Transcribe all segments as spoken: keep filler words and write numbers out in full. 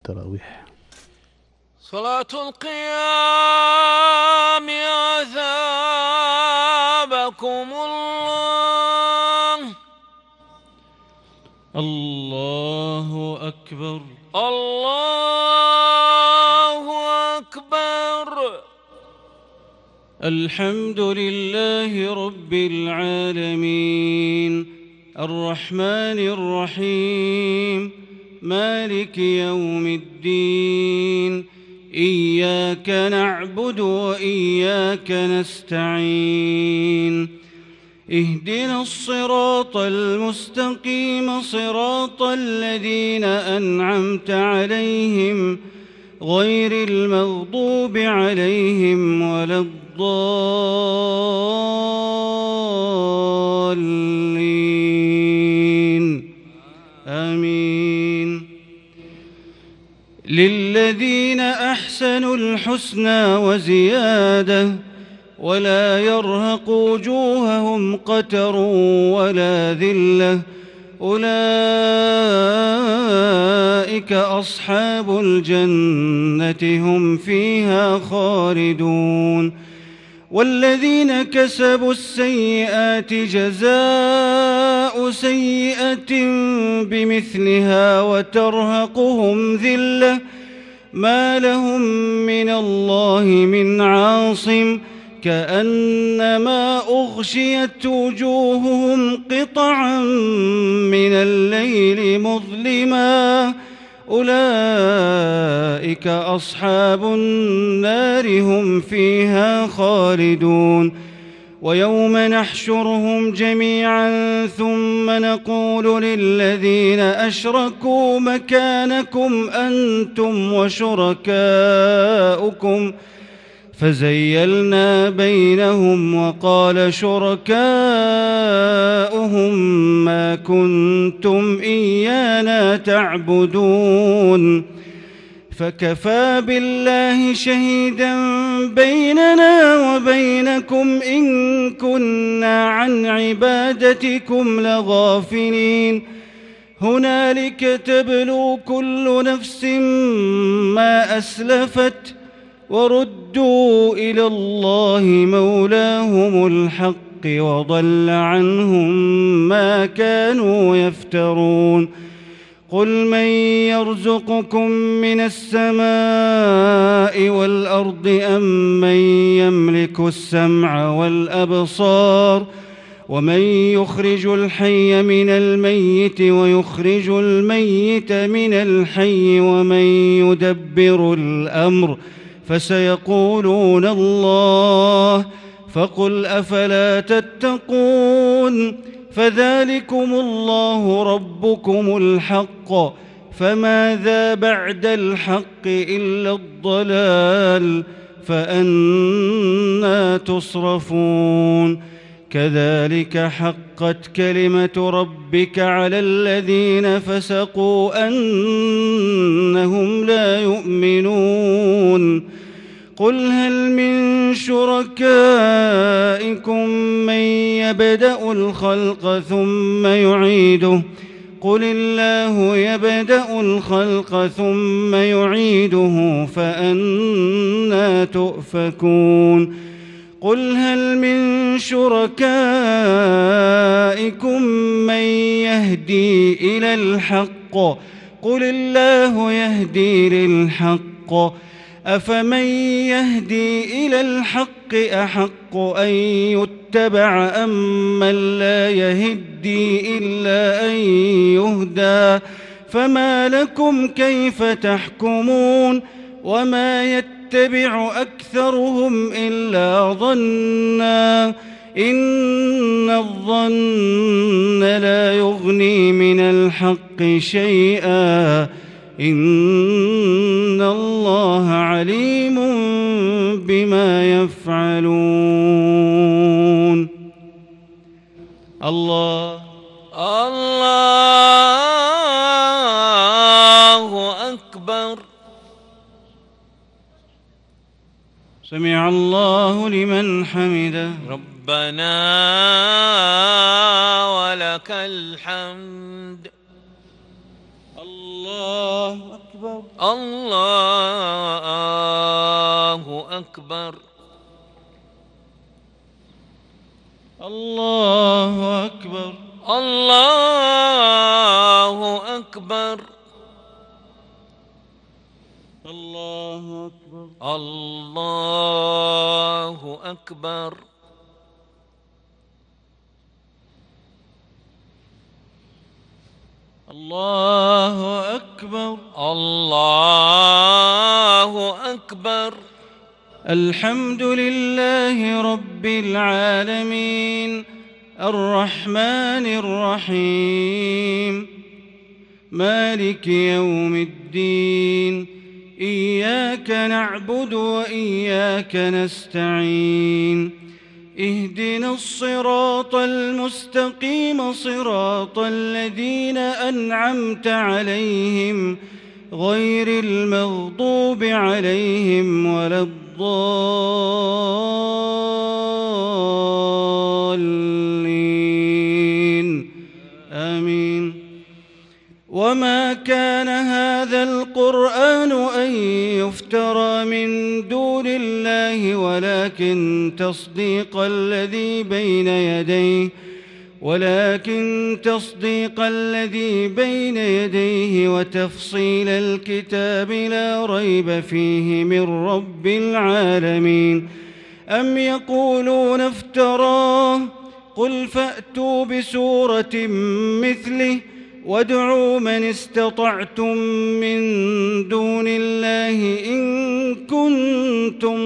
التراويح. صلاة القيام أثابكم الله. الله أكبر. الله أكبر. الحمد لله رب العالمين الرحمن الرحيم مالك يوم الدين. إياك نعبد وإياك نستعين. اهدنا الصراط المستقيم صراط الذين أنعمت عليهم غير المغضوب عليهم ولا الضالين آمين. للذين أحسنوا الحسنى وزيادة ولا يرهق وجوههم قتر ولا ذلة أولئك أصحاب الجنة هم فيها خالدون. والذين كسبوا السيئات جزاء سيئة بمثلها وترهقهم ذلة ما لهم من الله من عاصم كأنما أغشيت وجوههم قطعا من الليل مظلما أولئك أصحاب النار هم فيها خالدون. ويوم نحشرهم جميعا ثم نقول للذين أشركوا مكانكم أنتم وشركاؤكم فزيلنا بينهم وقال شركاؤهم ما كنتم إيانا تعبدون فكفى بالله شهيدا بيننا وبينكم إن كنا عن عبادتكم لغافلين. هنالك تبلو كل نفس ما أسلفت وردوا إلى الله مولاهم الحق وضل عنهم ما كانوا يفترون. قل من يرزقكم من السماء والأرض أم من يملك السمع والأبصار ومن يخرج الحي من الميت ويخرج الميت من الحي ومن يدبر الأمر فسيقولون الله فقل أفلا تتقون. فذلكم الله ربكم الحق فماذا بعد الحق إلا الضلال فأنى تصرفون. كذلك حقت كلمة ربك على الذين فسقوا أنهم لا يؤمنون. قل هل من شركائكم من يبدأ الخلق ثم يعيده قل الله يبدأ الخلق ثم يعيده فأنى تؤفكون. قل هل من شركائكم من يهدي إلى الحق قل الله يهدي للحق أفمن يهدي إلى الحق أحق أن يتبع أم من لا يهدي إلا أن يهدى فما لكم كيف تحكمون. وما يتبع أكثرهم إلا ظنا إن الظن لا يغني من الحق شيئا إن الله عليم بما يفعلون. الله الله أكبر. سمع الله لمن حمده. ربنا ولك الحمد. الله أكبر. الله أكبر. الله أكبر. الله أكبر. الله أكبر. الله أكبر. الله أكبر. الله أكبر. الحمد لله رب العالمين الرحمن الرحيم مالك يوم الدين إياك نعبد وإياك نستعين اهدنا الصراط المستقيم صراط الذين أنعمت عليهم غير المغضوب عليهم ولا الضالين آمين. وما كان هذا القرآن أن يفترى من دون الله ولكن تصديق الذي بين يديه ولكن تصديق الذي بين يديه وتفصيل الكتاب لا ريب فيه من رب العالمين. أم يقولون افتراه قل فأتوا بسورة مثله وادعوا من استطعتم من دون الله إن كنتم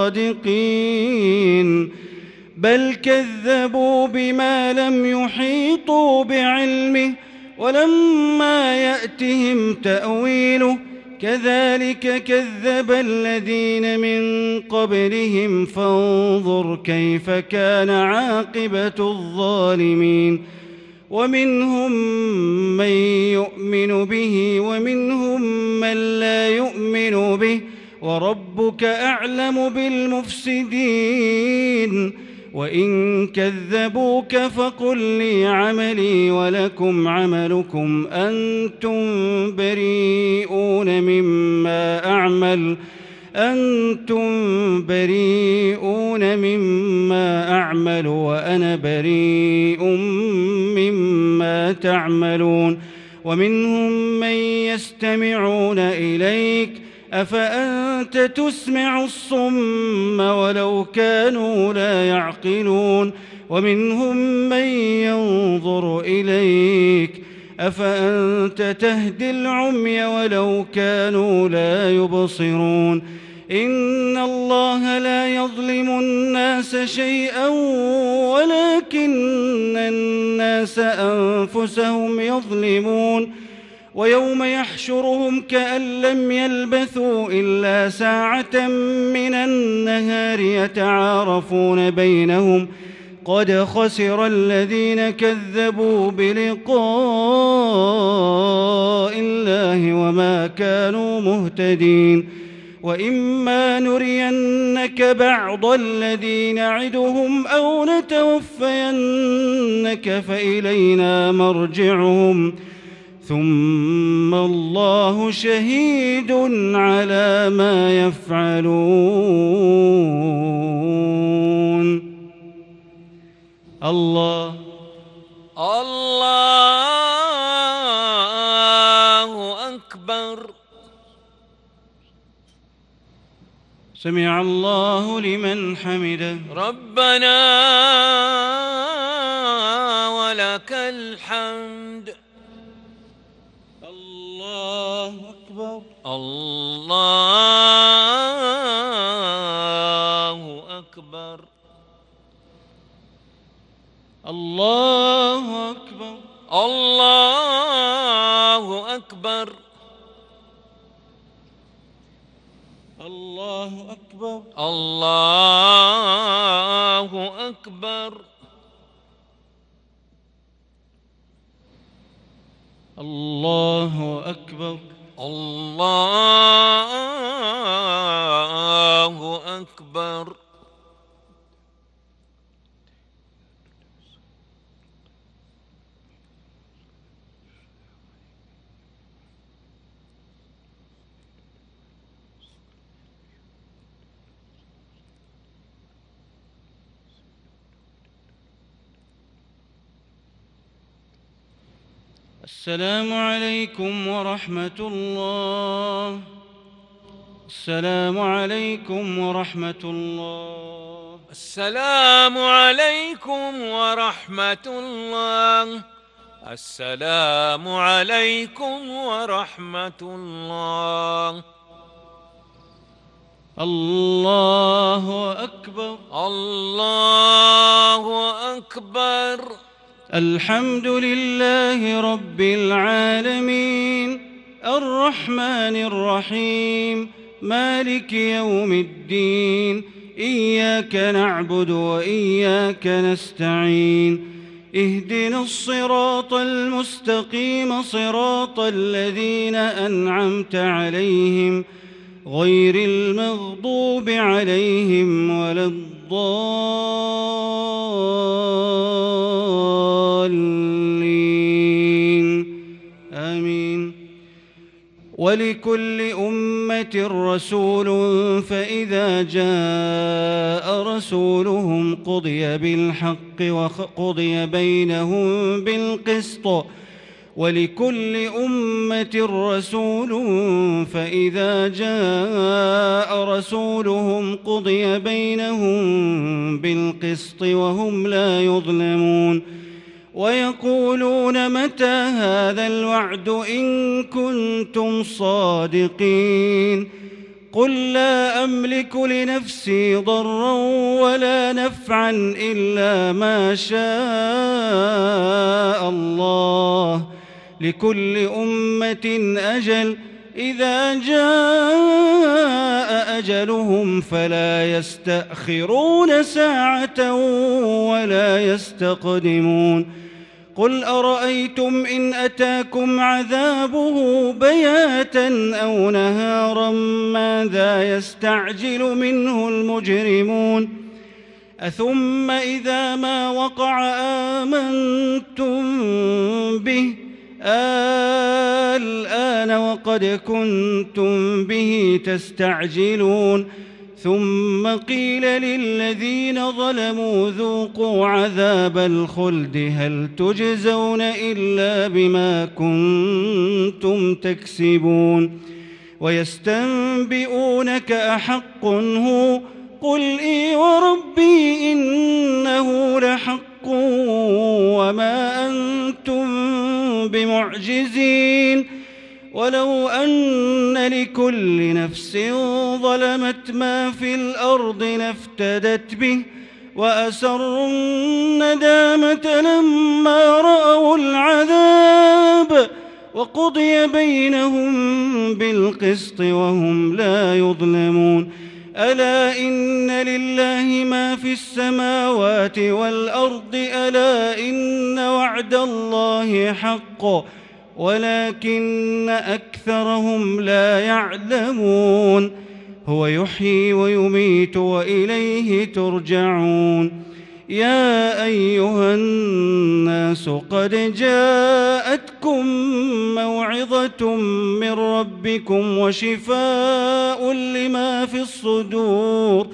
صادقين بل كذبوا بما لم يحيطوا بعلمه ولما يأتهم تأويله كذلك كذب الذين من قبلهم فانظر كيف كان عاقبة الظالمين. ومنهم من يؤمن به ومنهم من لا يؤمن به وربك أعلم بالمفسدين. وإن كذبوك فقل لي عملي ولكم عملكم أنتم بريئون مما أعمل أنتم بريئون مما أعمل وأنا بريء مما تعملون. ومنهم من يستمعون إليك أفأنت تسمع الصم ولو كانوا لا يعقلون. ومنهم من ينظر إليك أفأنت تهدي العمي ولو كانوا لا يبصرون. إن الله لا يظلم الناس شيئا ولكن الناس أنفسهم يظلمون. ويوم يحشرهم كأن لم يلبثوا إلا ساعة من النهار يتعارفون بينهم قد خسر الذين كذبوا بلقاء الله وما كانوا مهتدين. وإما نرينك بعض الذي نعدهم أو نتوفينك فإلينا مرجعهم ثم الله شهيد على ما يفعلون. الله الله أكبر. سمع الله لمن حمده. ربنا ولك الحمد. الله أكبر. الله أكبر. الله أكبر. الله أكبر. الله أكبر. الله أكبر. الله أكبر. الله أكبر. السلام عليكم ورحمة الله. السلام عليكم ورحمة الله. السلام عليكم ورحمة الله. السلام عليكم ورحمة الله. الله أكبر. الله أكبر. الحمد لله رب العالمين الرحمن الرحيم مالك يوم الدين. إياك نعبد وإياك نستعين. اهدنا الصراط المستقيم صراط الذين أنعمت عليهم غير المغضوب عليهم ولا الضالين. آمين. ولكل أمة رسول فإذا جاء رسولهم قضي بالحق وقضي بينهم بالقسط. ولكل أمة رسول فإذا جاء رسولهم قضي بينهم بالقسط وهم لا يظلمون. ويقولون متى هذا الوعد إن كنتم صادقين. قل لا أملك لنفسي ضرا ولا نفعا إلا ما شاء الله. لكل أمة أجل إذا جاء أجلهم فلا يستأخرون ساعة ولا يستقدمون. قل أرأيتم إن أتاكم عذابه بياتا أو نهارا ماذا يستعجل منه المجرمون. أثم إذا ما وقع آمنتم به الآن وقد كنتم به تستعجلون. ثم قيل للذين ظلموا ذوقوا عذاب الخلد هل تجزون إلا بما كنتم تكسبون. ويستنبئونك أحق هو قل إي وربي إنه لحق وما أنتم بمعجزين. ولو أن لكل نفس ظلمت ما في الأرض لافتدت به وأسروا الندامة لما رأوا العذاب وقضي بينهم بالقسط وهم لا يظلمون. ألا إن لله ما في السماوات والأرض ألا إن وعد الله حق ولكن أكثرهم لا يعلمون. هو يحيي ويميت وإليه ترجعون. يا أيها الناس قد جاءتكم موعظة من ربكم وشفاء لما في الصدور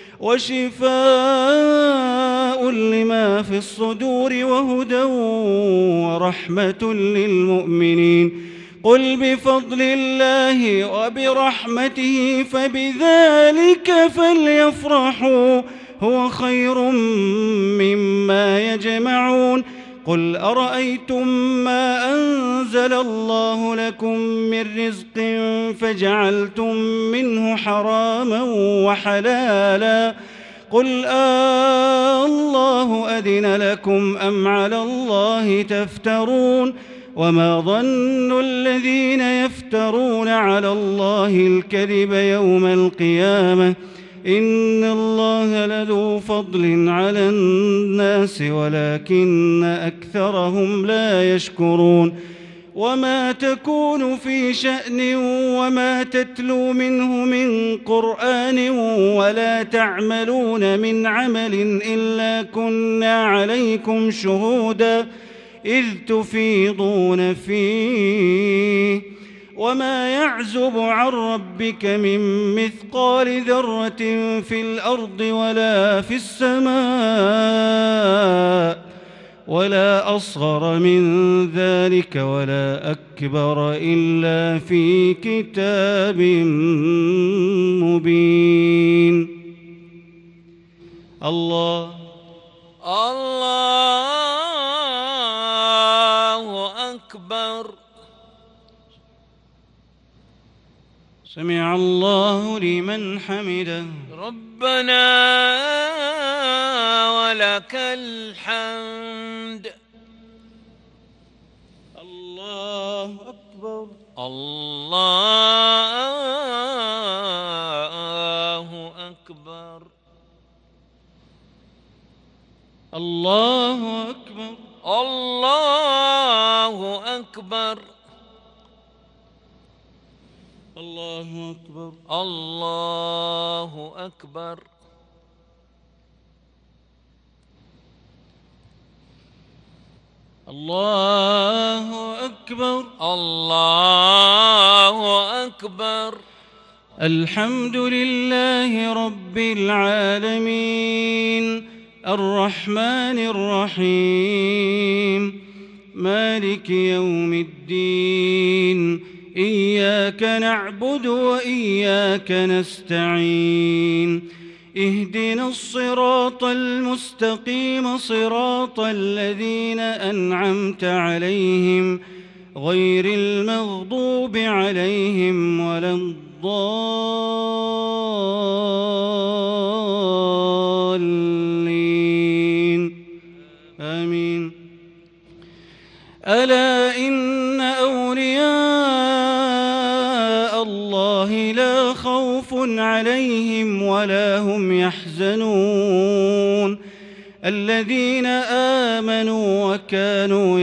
وشفاء لما في الصدور وهدى ورحمة للمؤمنين. قل بفضل الله وبرحمته فبذلك فليفرحوا هو خير مما يجمعون. قل أرأيتم ما أنزل الله لكم من رزق فجعلتم منه حراما وحلالا قل آه الله أذن لكم أم على الله تفترون. وما ظن الذين يفترون على الله الكذب يوم القيامة إن الله لذو فضل على الناس ولكن أكثرهم لا يشكرون. وما تكون في شأن وما تتلو منه من قرآن ولا تعملون من عمل إلا كنا عليكم شهودا إذ تفيضون فيه. وما يعزب عن ربك من مثقال ذرة في الأرض ولا في السماء ولا أصغر من ذلك ولا أكبر إلا في كتاب مبين. الله الله أكبر. سمع الله لمن حمده. ربنا ولك الحمد. الله أكبر. الله أكبر. الله أكبر. الله أكبر. الله أكبر. الله أكبر. الله أكبر. الله أكبر. الحمد لله رب العالمين الرحمن الرحيم مالك يوم الدين إياك نعبد وإياك نستعين اهدنا الصراط المستقيم صراط الذين أنعمت عليهم غير المغضوب عليهم ولا الضالين آمين. ألا إن أولياء الله لا خوف عليهم ولا هم يحزنون الذين آمنوا وكانوا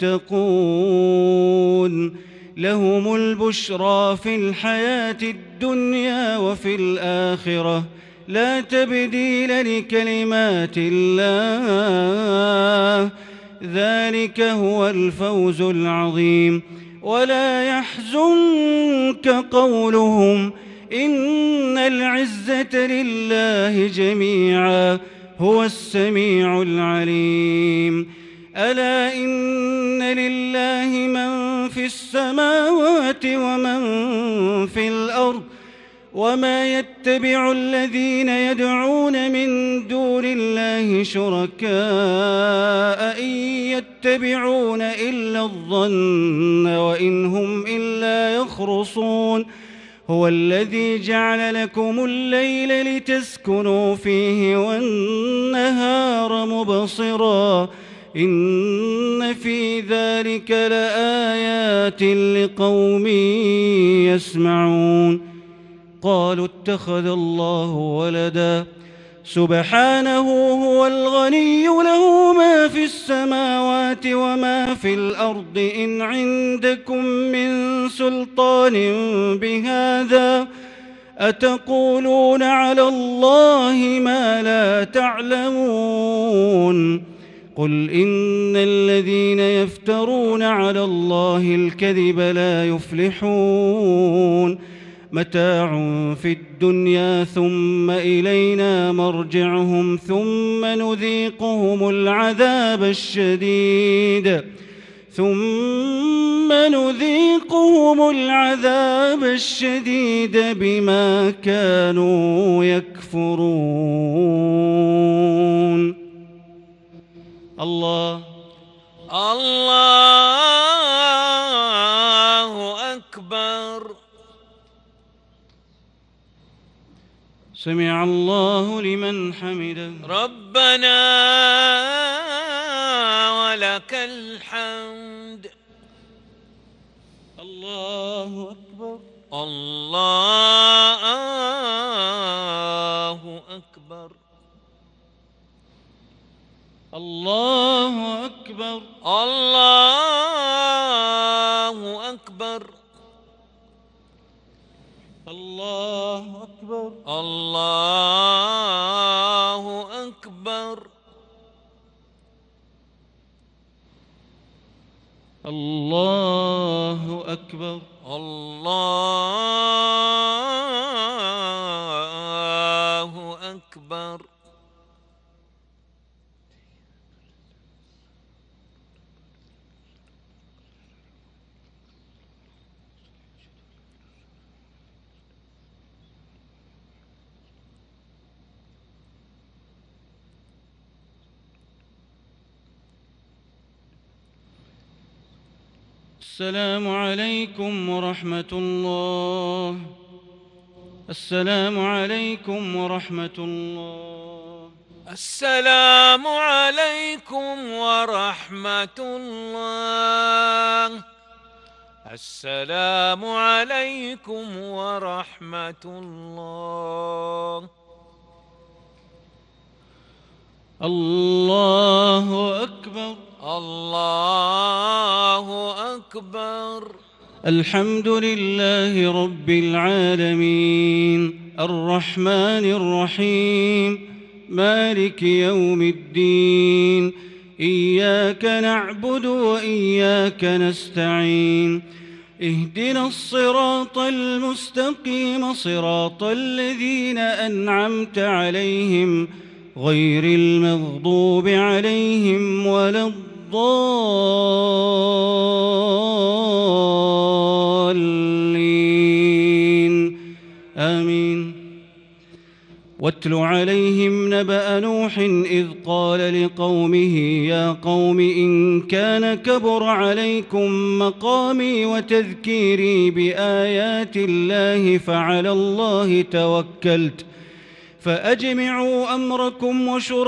يتقون لهم البشرى في الحياة الدنيا وفي الآخرة لا تبديل لكلمات الله ذلك هو الفوز العظيم. ولا يحزنك قولهم إن العزة لله جميعا هو السميع العليم. ألا إن لله من في السماوات ومن في الأرض وما يتبع الذين يدعون من دون الله شركاء إن يتبعون إلا الظن وإن هم إلا يخرصون. هو الذي جعل لكم الليل لتسكنوا فيه والنهار مبصرا إن في ذلك لآيات لقوم يسمعون. قالوا اتخذ الله ولدا سبحانه هو الغني له ما في السماوات وما في الأرض إن عندكم من سلطان بهذا أتقولون على الله ما لا تعلمون. قل إن الذين يفترون على الله الكذب لا يفلحون متاع في الدنيا ثم إلينا مرجعهم ثم نذيقهم العذاب الشديد ثم نذيقهم العذاب الشديد بما كانوا يكفرون. الله الله أكبر. سمع الله لمن حمده. ربنا ولك الحمد. الله أكبر. الله أكبر. الله أكبر. الله أكبر. الله أكبر. الله أكبر. الله أكبر. الله أكبر. السلام عليكم ورحمة الله. السلام عليكم ورحمة الله. السلام عليكم ورحمة الله. السلام عليكم ورحمة الله. الله أكبر. الله أكبر. الحمد لله رب العالمين الرحمن الرحيم مالك يوم الدين. إياك نعبد وإياك نستعين. اهدنا الصراط المستقيم صراط الذين أنعمت عليهم غير المغضوب عليهم ولا الضالين آمين. واتل عليهم نبأ نوح إذ قال لقومه يا قوم إن كان كبر عليكم مقامي وتذكيري بآيات الله فعلى الله توكلت فأجمعوا أمركم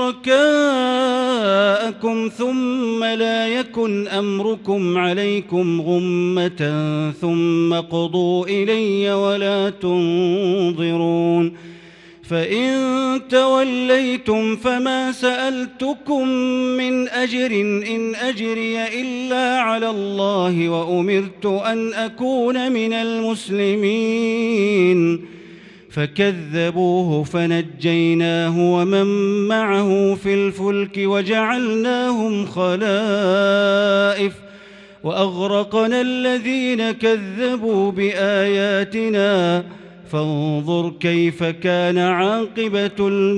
وشركاءكم ثم لا يكن أمركم عليكم غمة ثم قضوا إلي ولا تنظرون. فإن توليتم فما سألتكم من أجر إن أجري إلا على الله وأمرت أن أكون من المسلمين. فكذبوه فنجيناه ومن معه في الفلك وجعلناهم خلائف وأغرقنا الذين كذبوا بآياتنا فانظر كيف كان عاقبة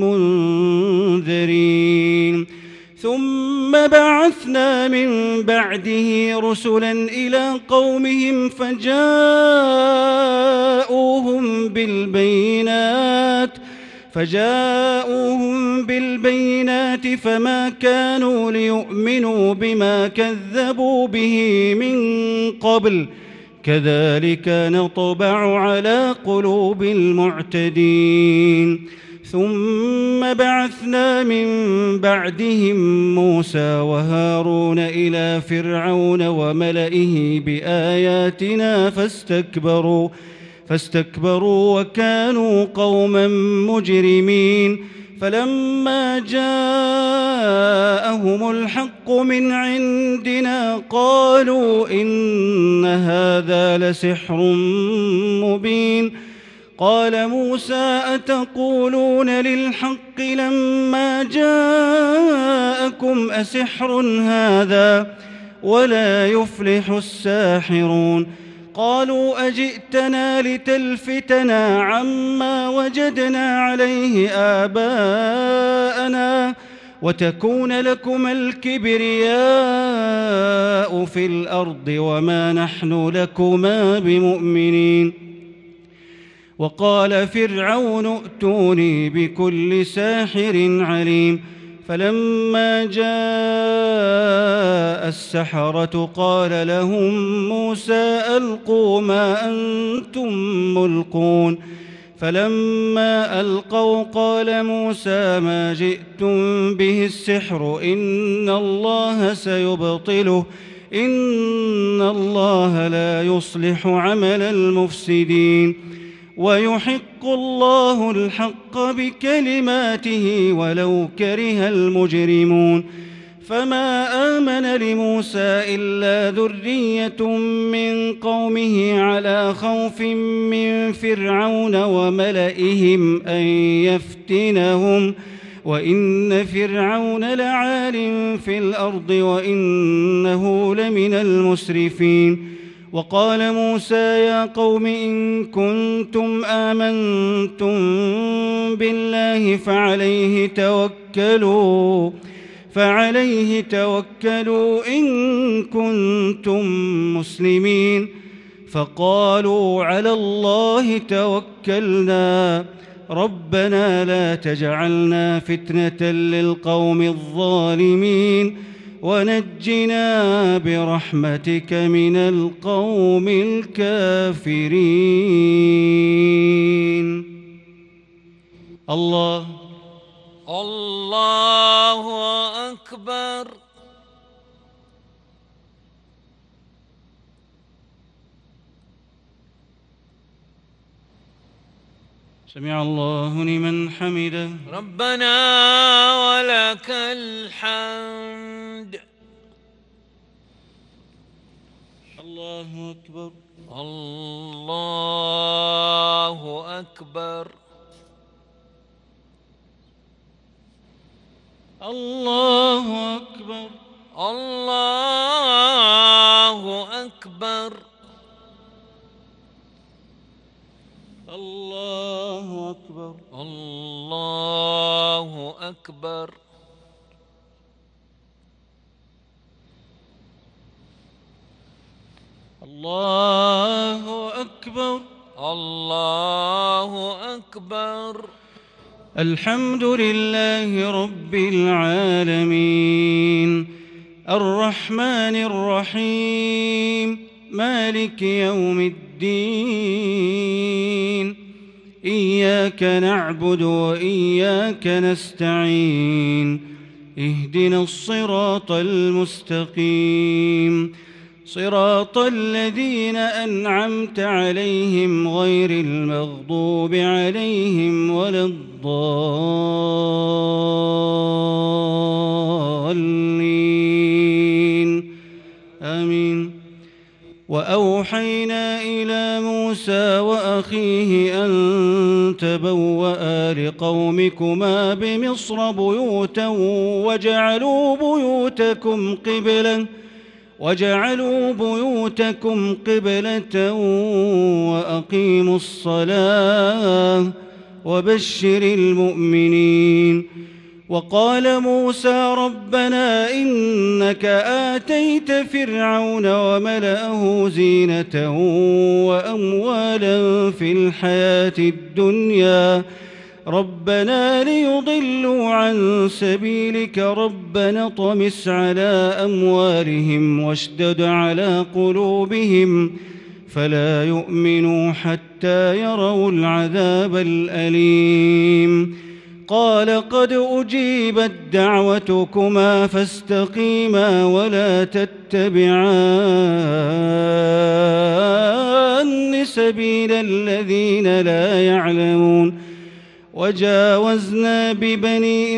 المنذرين. ثم بعثنا من بعده رسلا إلى قومهم فجاءوهم بالبينات فجاءوهم بالبينات فما كانوا ليؤمنوا بما كذبوا به من قبل كذلك نطبع على قلوب المعتدين. ثم بعثنا من بعدهم موسى وهارون إلى فرعون وملئه بآياتنا فاستكبروا فاستكبروا وكانوا قوما مجرمين. فلما جاءهم الحق من عندنا قالوا إن هذا لسحر مبين. قال موسى أتقولون للحق لما جاءكم أسحر هذا ولا يفلح الساحرون. قالوا أجئتنا لتلفتنا عما وجدنا عليه آباءنا وتكون لكما الكبرياء في الأرض وما نحن لكما بمؤمنين. وقال فرعون ائتوني بكل ساحر عليم. فلما جاء السحرة قال لهم موسى ألقوا ما أنتم ملقون. فلما ألقوا قال موسى ما جئتم به السحر إن الله سيبطله إن الله لا يصلح عمل المفسدين. ويحق الله الحق بكلماته ولو كره المجرمون. فما آمن لموسى إلا ذرية من قومه على خوف من فرعون وملئهم أن يفتنهم وإن فرعون لعال في الأرض وإنه لمن المسرفين. وقال موسى يا قوم إن كنتم آمنتم بالله فعليه توكلوا فعليه توكلوا إن كنتم مسلمين. فقالوا على الله توكلنا ربنا لا تجعلنا فتنة للقوم الظالمين ونجنا برحمتك من القوم الكافرين. الله الله أكبر. سمع الله لمن حمده. ربنا ولك الحمد. الله أكبر. الله أكبر. الله أكبر. الله أكبر. الله أكبر. الله أكبر. الله أكبر. الله أكبر. الحمد لله رب العالمين الرحمن الرحيم مالك يوم الدين إياك نعبد وإياك نستعين اهدنا الصراط المستقيم صراط الذين أنعمت عليهم غير المغضوب عليهم ولا الضالين آمين. وأوحينا إلى موسى وأخيه أن تبوأ لقومكما بمصر بيوتا وجعلوا بيوتكم قبلة وجعلوا بيوتكم قبلة وأقيموا الصلاة وبشر المؤمنين. وقال موسى ربنا إنك آتيت فرعون وملأه زينة وأموالا في الحياة الدنيا ربنا ليضلوا عن سبيلك ربنا اطمس على أموالهم واشدد على قلوبهم فلا يؤمنوا حتى يروا العذاب الأليم. قال قد أجيبت دعوتكما فاستقيما ولا تتبعان سبيل الذين لا يعلمون. وجاوزنا ببني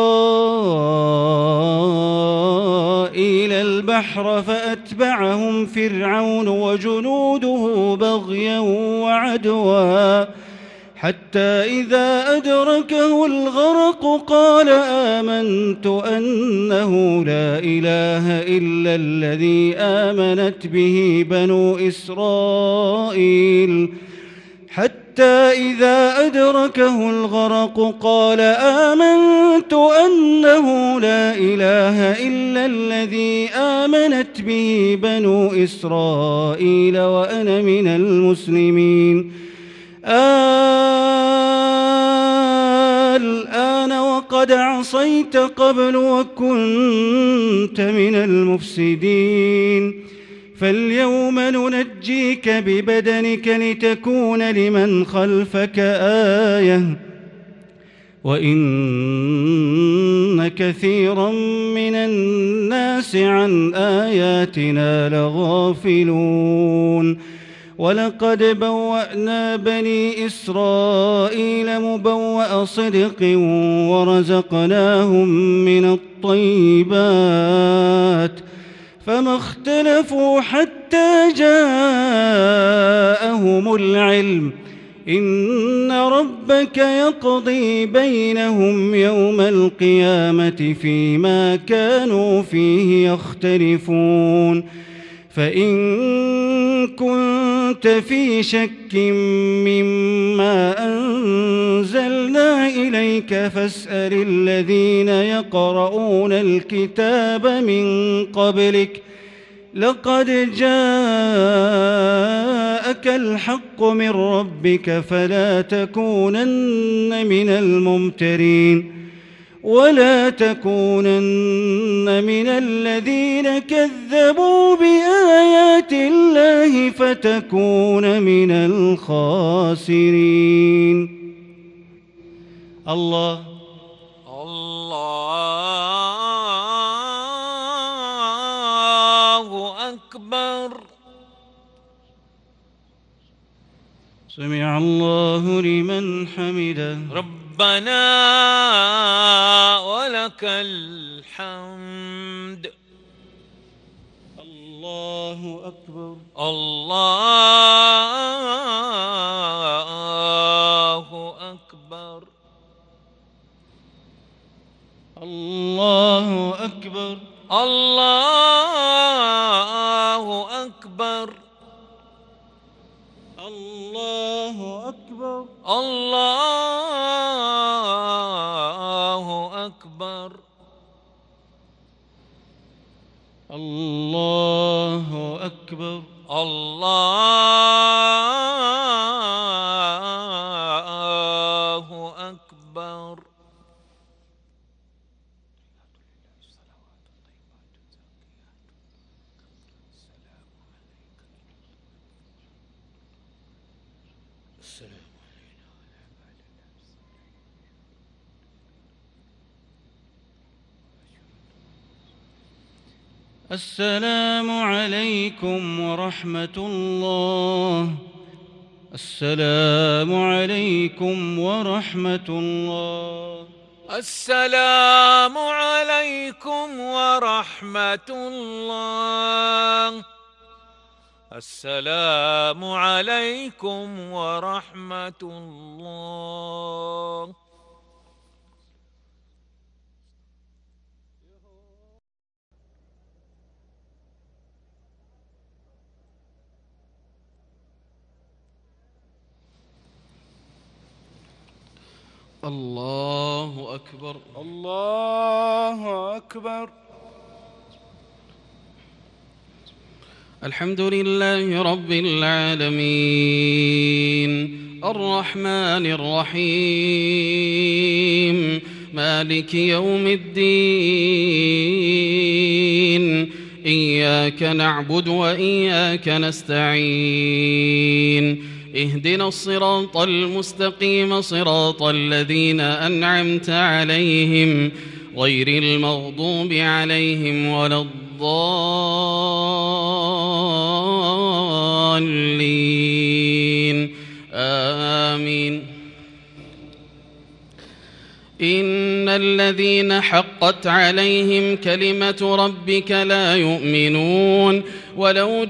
إسرائيل البحر فأتبعهم فرعون وجنوده بغيا وعدوا حتى إذا أدركه الغرق قال آمنت أنه لا إله إلا الذي آمنت به بنو إسرائيل حتى إذا أدركه الغرق قال آمنت أنه لا إله إلا الذي آمنت به بنو إسرائيل وأنا من المسلمين. الآن وقد عصيت قبل وكنت من المفسدين فاليوم ننجيك ببدنك لتكون لمن خلفك آية وإن كثيرا من الناس عن آياتنا لغافلون. ولقد بوأنا بني إسرائيل مبوأ صدق ورزقناهم من الطيبات فما اختلفوا حتى جاءهم العلم إن ربك يقضي بينهم يوم القيامة فيما كانوا فيه يختلفون. فإن كنت في شك مما أنزلنا إليك فاسأل الذين يقرؤون الكتاب من قبلك لقد جاءك الحق من ربك فلا تكونن من الممترين. ولا تكونن من الذين كذبوا بآيات الله فتكون من الخاسرين. الله الله أكبر. سمع الله لمن حمده. ربنا ولك الحمد. الله أكبر. الله أكبر. الله أكبر. الله أكبر. الله أكبر. الله أكبر. الله أكبر. الله أكبر. السلام عليكم ورحمة الله. السلام عليكم ورحمة الله. السلام عليكم ورحمة الله. السلام عليكم ورحمة الله. الله أكبر. الله أكبر. الحمد لله رب العالمين الرحمن الرحيم مالك يوم الدين إياك نعبد وإياك نستعين اهدنا الصراط المستقيم صراط الذين أنعمت عليهم غير المغضوب عليهم ولا الضالين آمين. إن الذين حقت عليهم كلمة ربك لا يؤمنون ولو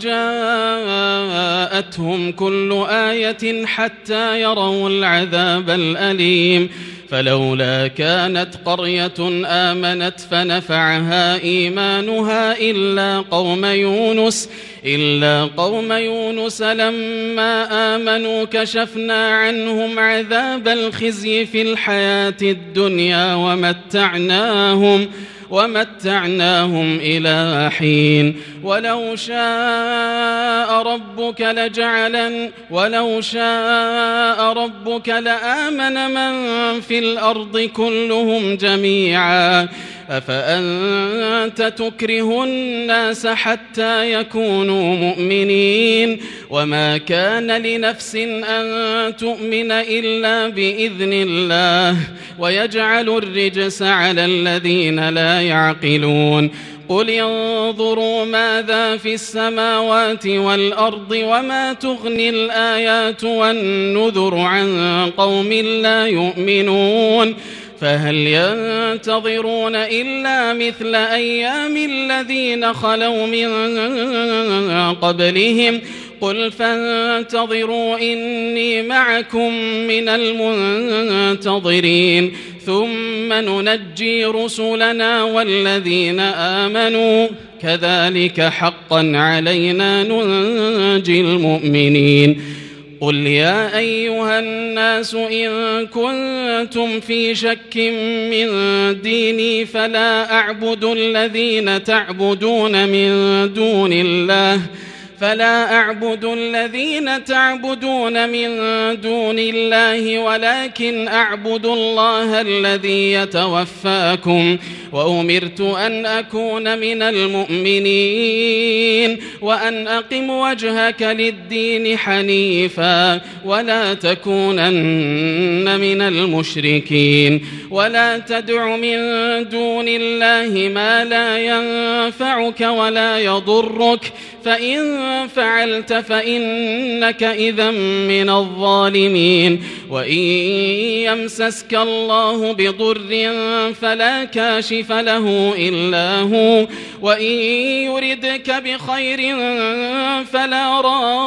جاءتهم كل آية حتى يروا العذاب الأليم فلولا كانت قرية آمنت فنفعها إيمانها إلا قوم يونس إلا قوم يونس لما آمنوا كشفنا عنهم عذاب الخزي في الحياة الدنيا ومتعناهم ومتعناهم إلى حين ولو شاء ربك لجعلن ولو شاء ربك لآمن من في الأرض كلهم جميعا أفأنت تكره الناس حتى يكونوا مؤمنين وما كان لنفس أن تؤمن إلا بإذن الله ويجعل الرجس على الذين لا يعقلون قل انظروا ماذا في السماوات والأرض وما تغني الآيات والنذر عن قوم لا يؤمنون فهل ينتظرون إلا مثل أيام الذين خلوا من قبلهم قل فانتظروا إني معكم من المنتظرين ثم ننجي رسلنا والذين آمنوا كذلك حقا علينا ننجي المؤمنين قل يا أيها الناس إن كنتم في شك من ديني فلا أعبد الذين تعبدون من دون الله فلا أعبد الذين تعبدون من دون الله ولكن أعبد الله الذي يتوفاكم وأمرت أن أكون من المؤمنين وأن أقم وجهك للدين حنيفا ولا تكونن من المشركين ولا تدع من دون الله ما لا ينفعك ولا يضرك فإن فعلت فإنك إذا من الظالمين وإن يمسسك الله بضر فلا كاشف له إلا هو وإن يردك بخير فلا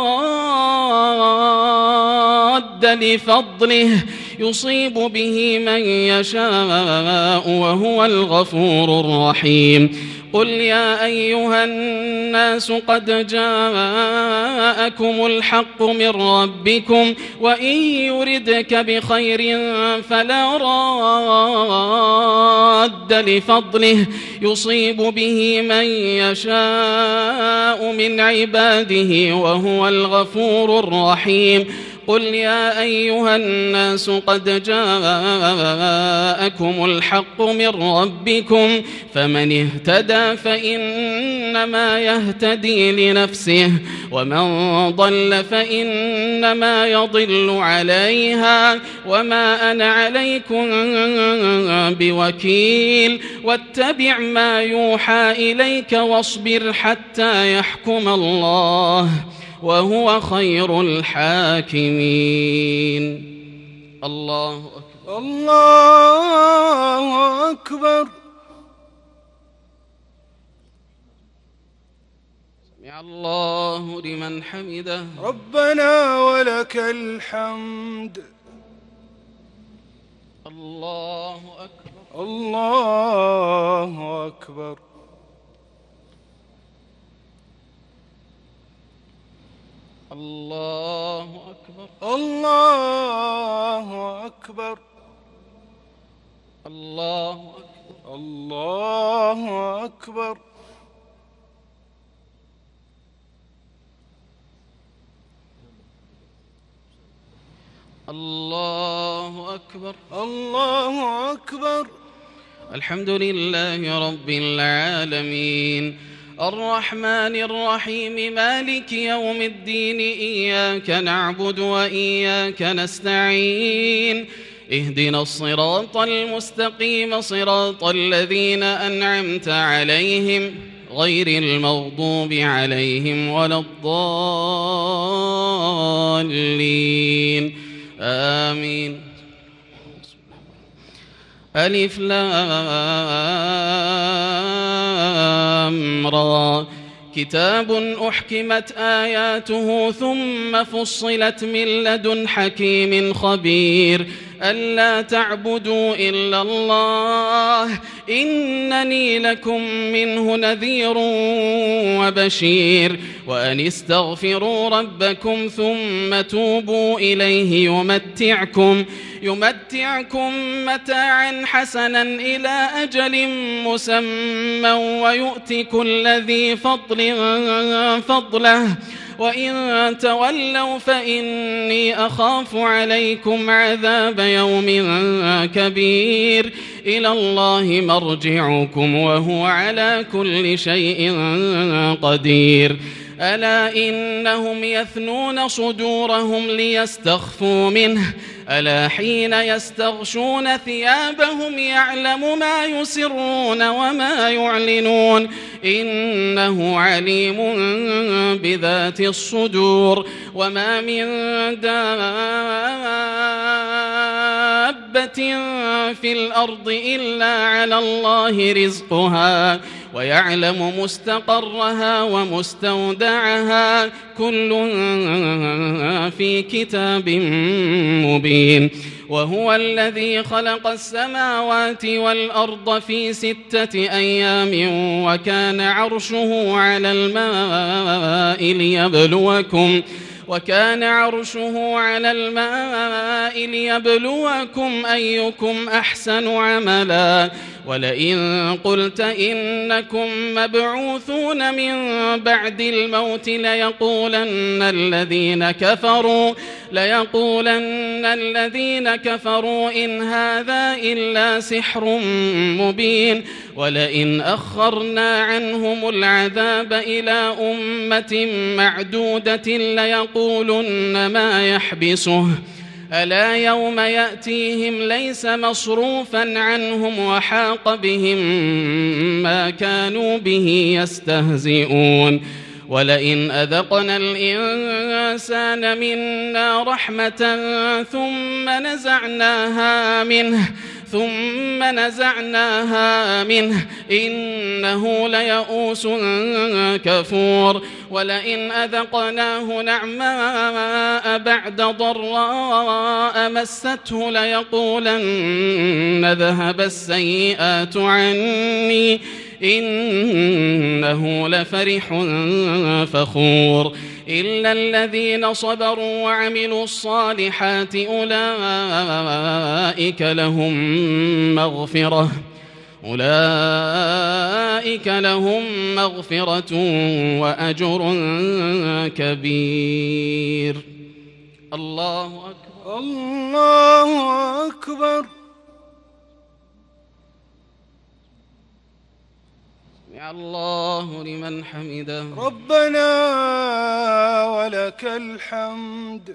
راد لفضله يصيب به من يشاء وهو الغفور الرحيم قل يا أيها الناس قد جاءكم الحق من ربكم وإن يردك بخير فلا راد لفضله يصيب به من يشاء من عباده وهو الغفور الرحيم قل يا أيها الناس قد جاءكم الحق من ربكم فمن اهتدى فإنما يهتدي لنفسه ومن ضل فإنما يضل عليها وما أنا عليكم بوكيل واتبع ما يوحى إليك واصبر حتى يحكم الله وهو خير الحاكمين. الله أكبر. الله أكبر. سمع الله لمن حمده. ربنا ولك الحمد. الله أكبر. الله أكبر. الله أكبر. الله أكبر. الله أكبر. الله أكبر. الله أكبر. الله أكبر. الحمد لله رب العالمين الرحمن الرحيم مالك يوم الدين إياك نعبد وإياك نستعين اهدنا الصراط المستقيم صراط الذين أنعمت عليهم غير المغضوب عليهم ولا الضالين آمين. ألف لام را كتاب أحكمت آياته ثم فصلت من لدن حكيم خبير ألا تعبدوا إلا الله إنني لكم منه نذير وبشير وأن استغفروا ربكم ثم توبوا إليه يمتعكم يمتعكم متاعا حسنا إلى أجل مسمى ويؤتي كل ذي فضل فضله وإن تولوا فإني أخاف عليكم عذاب يوم كبير إلى الله مرجعكم وهو على كل شيء قدير ألا إنهم يثنون صدورهم ليستخفوا منه ألا حين يستغشون ثيابهم يعلم ما يسرون وما يعلنون إنه عليم بذات الصدور وما من دابة في الأرض إلا على الله رزقها ويعلم مستقرها ومستودعها كل في كتاب مبين وهو الذي خلق السماوات والأرض في ستة أيام وكان عرشه على الماء ليبلوكم وكان عرشه على الماء ليبلوكم أيكم أحسن عملا ولئن قلت إنكم مبعوثون من بعد الموت ليقولن الذين كفروا ليقولن الذين كفروا إن هذا إلا سحر مبين ولئن أخرنا عنهم العذاب إلى أمة معدودة ليقولن ما يحبسه ألا يوم يأتيهم ليس مصروفا عنهم وحاق بهم ما كانوا به يستهزئون ولئن أذقنا الإنسان منا رحمة ثم نزعناها منه ثم نزعناها منه إنه ليئوس كفور ولئن أذقناه نعماء بعد ضراء مسته ليقولن ذهب السيئات عني إنه لفرح فخور إلا الذين صبروا وعملوا الصالحات أولئك لهم مغفرة أولئك لهم مغفرة وأجر كبير. الله أكبر الله أكبر. سمع الله لمن حمده. ربنا ولك الحمد.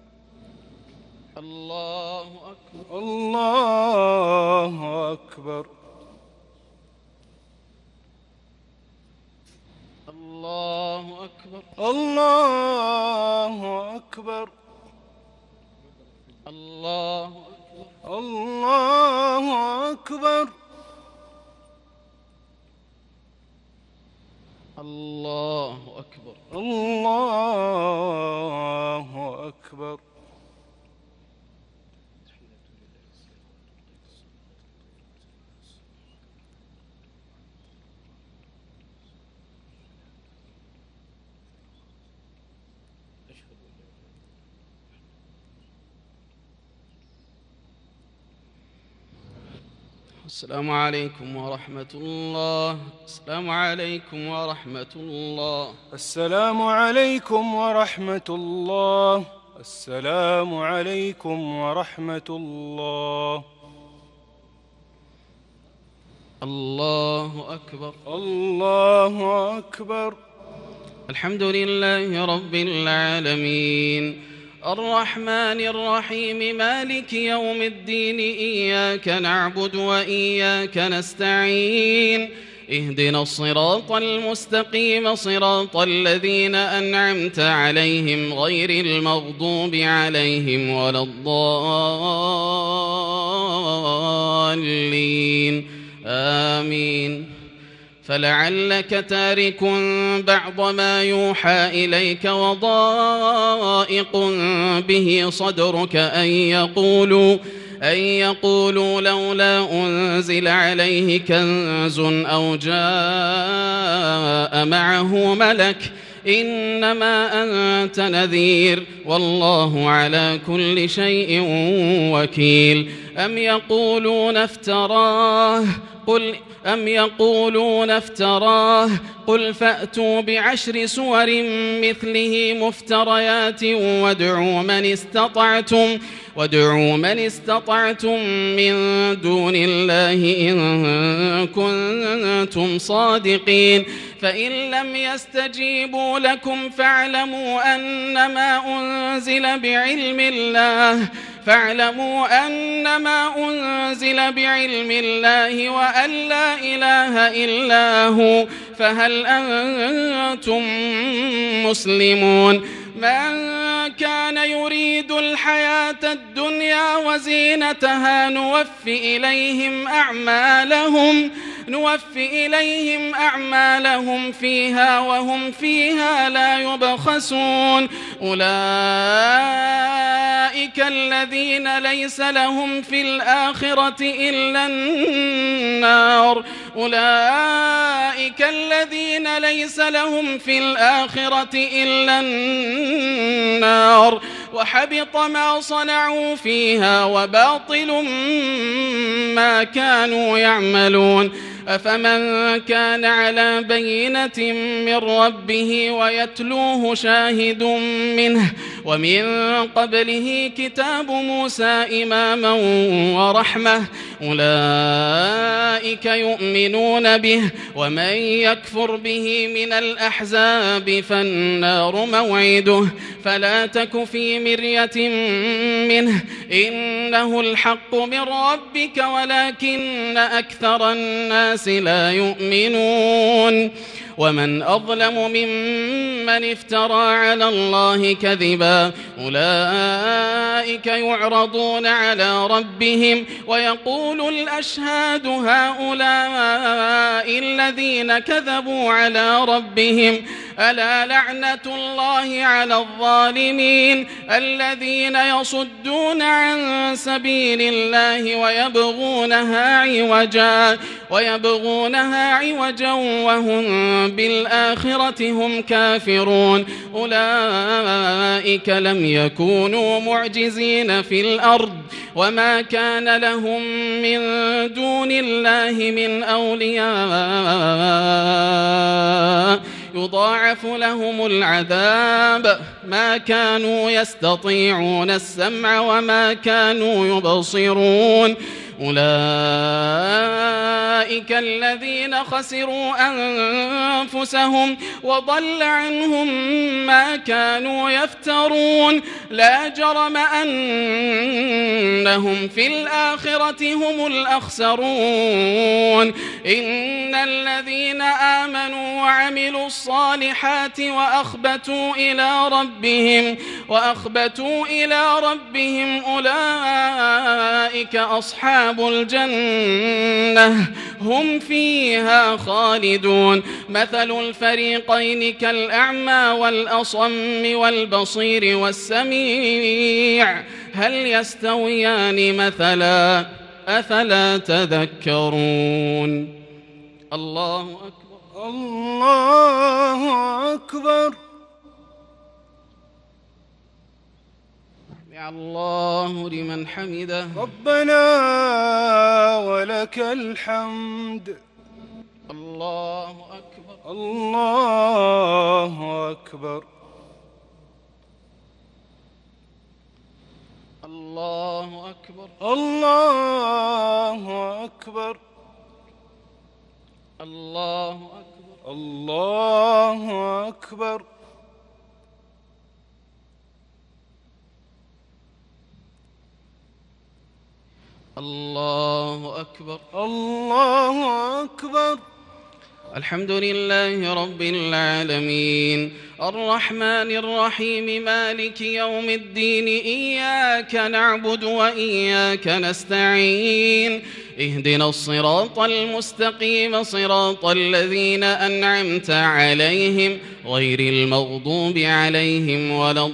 الله أكبر. الله أكبر. الله أكبر. الله أكبر. الله أكبر. الله أكبر. الله أكبر. الله أكبر. السلام عليكم ورحمة الله. السلام عليكم ورحمة الله. السلام عليكم ورحمة الله. السلام عليكم ورحمة الله. الله أكبر. الله أكبر. الحمد لله رب العالمين الرحمن الرحيم مالك يوم الدين إياك نعبد وإياك نستعين اهدنا الصراط المستقيم صراط الذين أنعمت عليهم غير المغضوب عليهم ولا الضالين آمين. فلعلك تارك بعض ما يوحى إليك وضائق به صدرك أن يقولوا أن يقولوا لولا أنزل عليه كنز أو جاء معه ملك إنما أنت نذير والله على كل شيء وكيل. أم يقولون افتراه قل أم يقولون افتراه قل فأتوا بعشر سور مثله مفتريات وادعوا من استطعتم وادعوا من استطعتم من دون الله إن كنتم صادقين. فإن لم يستجيبوا لكم فاعلموا أنما أنزل بعلم الله فاعلموا أنما أنزل بعلم الله وأن لا إله إلا هو فهل أنتم مسلمون. من كان يريد الحياة الدنيا وزينتها نوف إليهم أعمالهم نوف إليهم أعمالهم فيها وهم فيها لا يبخسون أولئك الذين ليس لهم في الآخرة إلا النار أولئك الذين ليس لهم في الآخرة إلا النار وحبط ما صنعوا فيها وباطل ما كانوا يعملون أفمن كان على بينة من ربه ويتلوه شاهد منه ومن قبله كتاب موسى إماما ورحمة أولئك يؤمنون به ومن يكفر به من الأحزاب فالنار موعده فلا تك في مرية منه إنه الحق من ربك ولكن أكثر الناس لا يؤمنون ومن أظلم ممن افترى على الله كذبا أولئك يعرضون على ربهم ويقول الأشهاد هؤلاء الذين كذبوا على ربهم ألا لعنة الله على الظالمين الذين يصدون عن سبيل الله ويبغونها عوجا ويبغونها عوجا وهم بالآخرة هم كافرون أولئك لم يكونوا معجزين في الأرض وما كان لهم من دون الله من أولياء يضاعف لهم العذاب ما كانوا يستطيعون السمع وما كانوا يبصرون أولئك الذين خسروا أنفسهم وضل عنهم ما كانوا يفترون لا جرم أنهم في الآخرة هم الأخسرون إن الذين آمنوا وعملوا الصالحات وأخبتوا إلى ربهم وأخبتوا إلى ربهم أولئك أصحاب الجنة هم فيها خالدون مثل الفريقين كالأعمى والأصم والبصير والسميع هل يستويان مثلا أفلا تذكرون الله أكبر الله أكبر سمع الله لمن حمده ربنا ولك الحمد الله أكبر الله أكبر الله أكبر الله أكبر الله أكبر الله أكبر الله أكبر الله أكبر الحمد لله رب العالمين الرحمن الرحيم مالك يوم الدين إياك نعبد وإياك نستعين اهدنا الصراط المستقيم صراط الذين أنعمت عليهم غير المغضوب عليهم ولا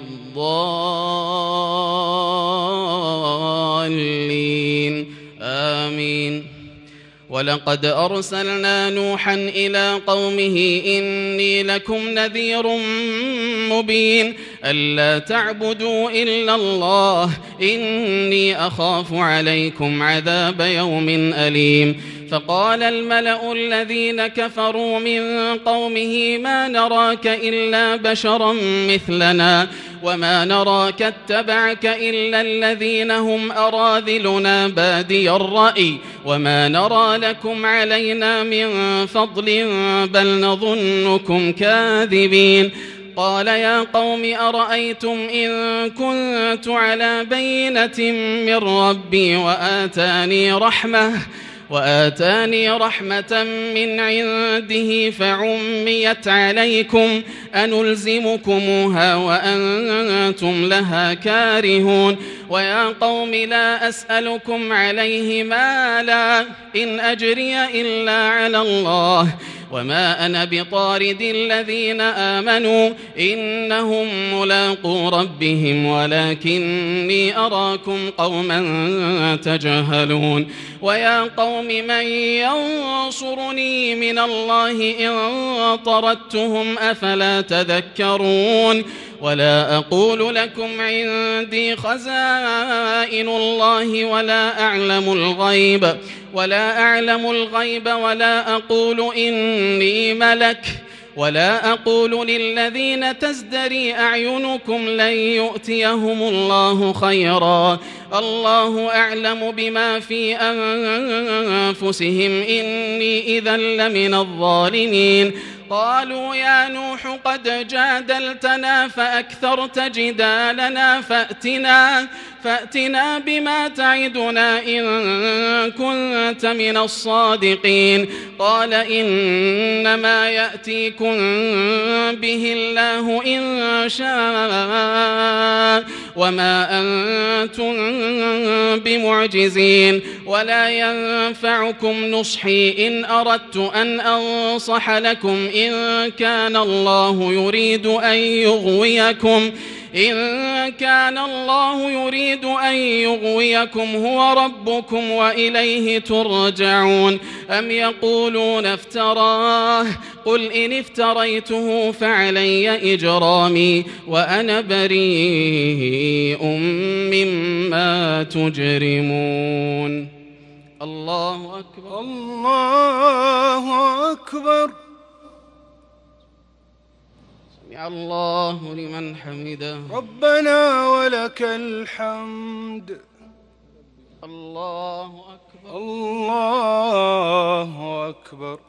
الضالين آمين ولقد أرسلنا نوحا إلى قومه إني لكم نذير مبين ألا تعبدوا إلا الله إني أخاف عليكم عذاب يوم أليم فقال الملأ الذين كفروا من قومه ما نراك إلا بشرا مثلنا وما نراك اتبعك إلا الذين هم أراذلنا بادي الرأي وما نرى لكم علينا من فضل بل نظنكم كاذبين قال يا قوم أرأيتم إن كنت على بينة من ربي وآتاني رحمة وآتاني رحمة من عنده فعميت عليكم أنلزمكموها وأنتم لها كارهون ويا قوم لا أسألكم عليه مالا إن أجري إلا على الله وما أنا بطارد الذين آمنوا إنهم ملاقو ربهم ولكني أراكم قوما تجهلون ويا قوم من ينصرني من الله إن طردتهم أفلا تذكرون ولا أقول لكم عندي خزائن الله ولا أعلم الغيب ولا أعلم الغيب ولا أقول إني ملك ولا أقول للذين تزدري أعينكم لن يؤتيهم الله خيرا الله أعلم بما في أنفسهم إني إذا لمن الظالمين قالوا يا نوح قد جادلتنا فأكثرت جدالنا فأتنا, فأتنا بما تعدنا إن كنت من الصادقين قال إنما يأتيكم به الله إن شاء وما أنتم بمعجزين ولا ينفعكم نصحي إن أردت أن أنصح لكم إن كان الله يريد أن يغويكم إن كان الله يريد أن يغويكم هو ربكم وإليه ترجعون أم يقولون افتراه قل إن افتريته فعلي إجرامي وأنا بريء مما تجرمون الله أكبر الله أكبر سمع الله لمن حمده ربنا ولك الحمد الله أكبر الله أكبر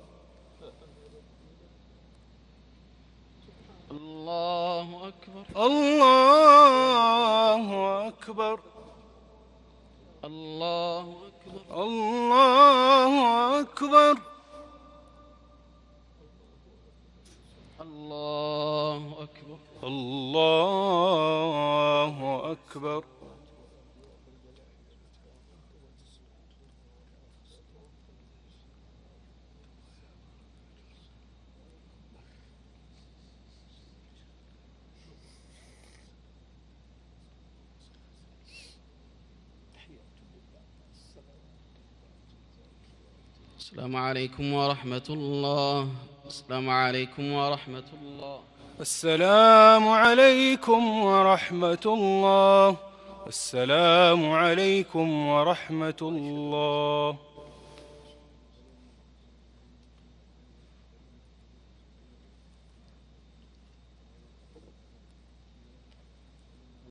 الله أكبر الله أكبر الله أكبر الله أكبر الله أكبر الله أكبر السلام عليكم ورحمة الله السلام عليكم ورحمة الله السلام عليكم ورحمة الله السلام عليكم ورحمة الله